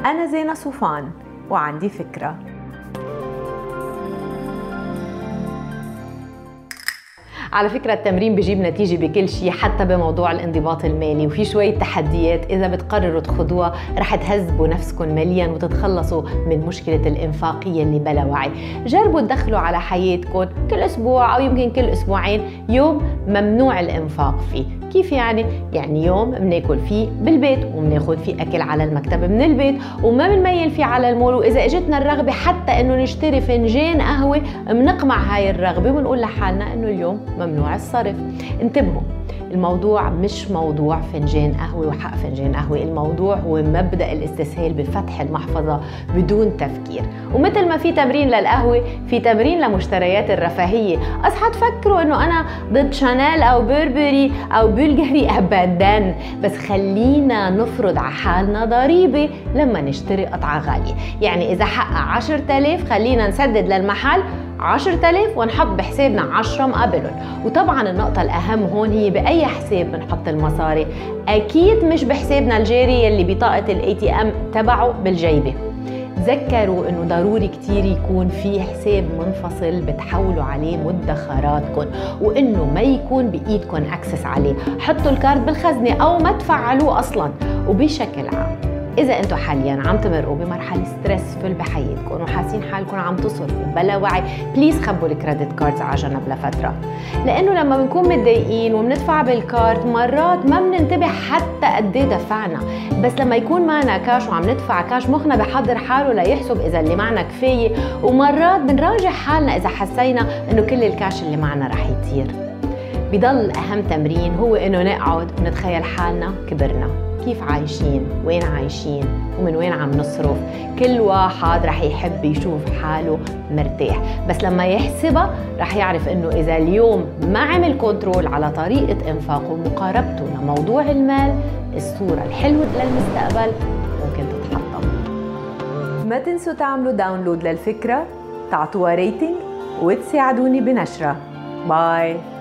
أنا زينة صوفان وعندي فكرة. على فكرة التمرين بيجيب نتيجة بكل شيء، حتى بموضوع الانضباط المالي، وفي شوية تحديات إذا بتقرروا تخذوها رح تهذبوا نفسكم ماليا وتتخلصوا من مشكلة الإنفاقية اللي بلا وعي. جربوا تدخلوا على حياتكم كل أسبوع أو يمكن كل أسبوعين يوم ممنوع الإنفاق فيه. كيف يعني؟ يعني يوم بناكل فيه بالبيت وبناخذ فيه أكل على المكتب من البيت وما بنميل فيه على المول، وإذا اجتنا الرغبة حتى إنه نشتري فنجان قهوة بنقمع هاي الرغبة ونقول لحالنا إنه اليوم ممنوع الصرف. انتبهوا، الموضوع مش موضوع فنجان قهوة وحق فنجان قهوة، الموضوع هو مبدأ الاستسهال بفتح المحفظة بدون تفكير. ومثل ما في تمرين للقهوة في تمرين لمشتريات الرفاهية. أصحى تفكروا إنه أنا ضد شانيل أو بيربري أو بلغاري، أبداً، بس خلينا نفرض على حالنا ضريبة لما نشتري قطعة غالية. يعني إذا حق 10,000 خلينا نسدد للمحل 10,000 ونحط بحسابنا 10 مقابلهم. وطبعا النقطة الأهم هون هي بأي حساب بنحط المصاري، أكيد مش بحسابنا الجاري اللي بطاقة ATM تبعه بالجيبة. تذكروا انه ضروري كتير يكون في حساب منفصل بتحولوا عليه مدخراتكم، وانه ما يكون بايدكم اكسس عليه. حطوا الكارد بالخزنة او ما تفعلوه اصلا. وبشكل عام إذا أنتم حالياً عم تمرقوا بمرحلة ستريسفل بحياتكم وحاسين حالكم عم تصرفوا بلا وعي، بليز خبوا الكريدت كاردز على جنب لفترة، لأنه لما بنكون متضايقين وبندفع بالكارد مرات ما بننتبه حتى قد ايه دفعنا، بس لما يكون معنا كاش وعم ندفع كاش مخنا بحضر حاله ليحسب إذا اللي معنا كفاية، ومرات بنراجع حالنا إذا حسينا إنه كل الكاش اللي معنا رح يطير. بضل أهم تمرين هو إنه نقعد ونتخيل حالنا كبرنا، كيف عايشين، وين عايشين، ومن وين عم نصرف. كل واحد رح يحب يشوف حاله مرتاح، بس لما يحسبها رح يعرف انه اذا اليوم ما عمل كنترول على طريقة انفاقه ومقاربته لموضوع المال، الصورة الحلوة للمستقبل ممكن تتحطم. ما تنسوا تعملوا داونلود للفكرة، تعطوها ريتنج وتساعدوني بنشرها. باي.